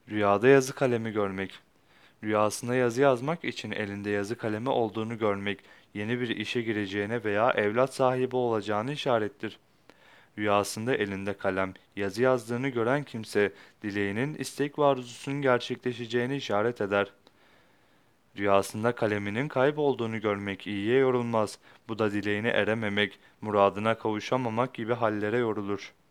Rüyada yazı kalemi görmek. Rüyasında yazı yazmak için elinde yazı kalemi olduğunu görmek, yeni bir işe gireceğine veya evlat sahibi olacağını işarettir. Rüyasında elinde kalem, yazı yazdığını gören kimse, dileğinin, istek ve arzusunun gerçekleşeceğini işaret eder. Rüyasında kaleminin kaybolduğunu görmek iyiye yorulmaz. Bu da dileğine erememek, muradına kavuşamamak gibi hallere yorulur.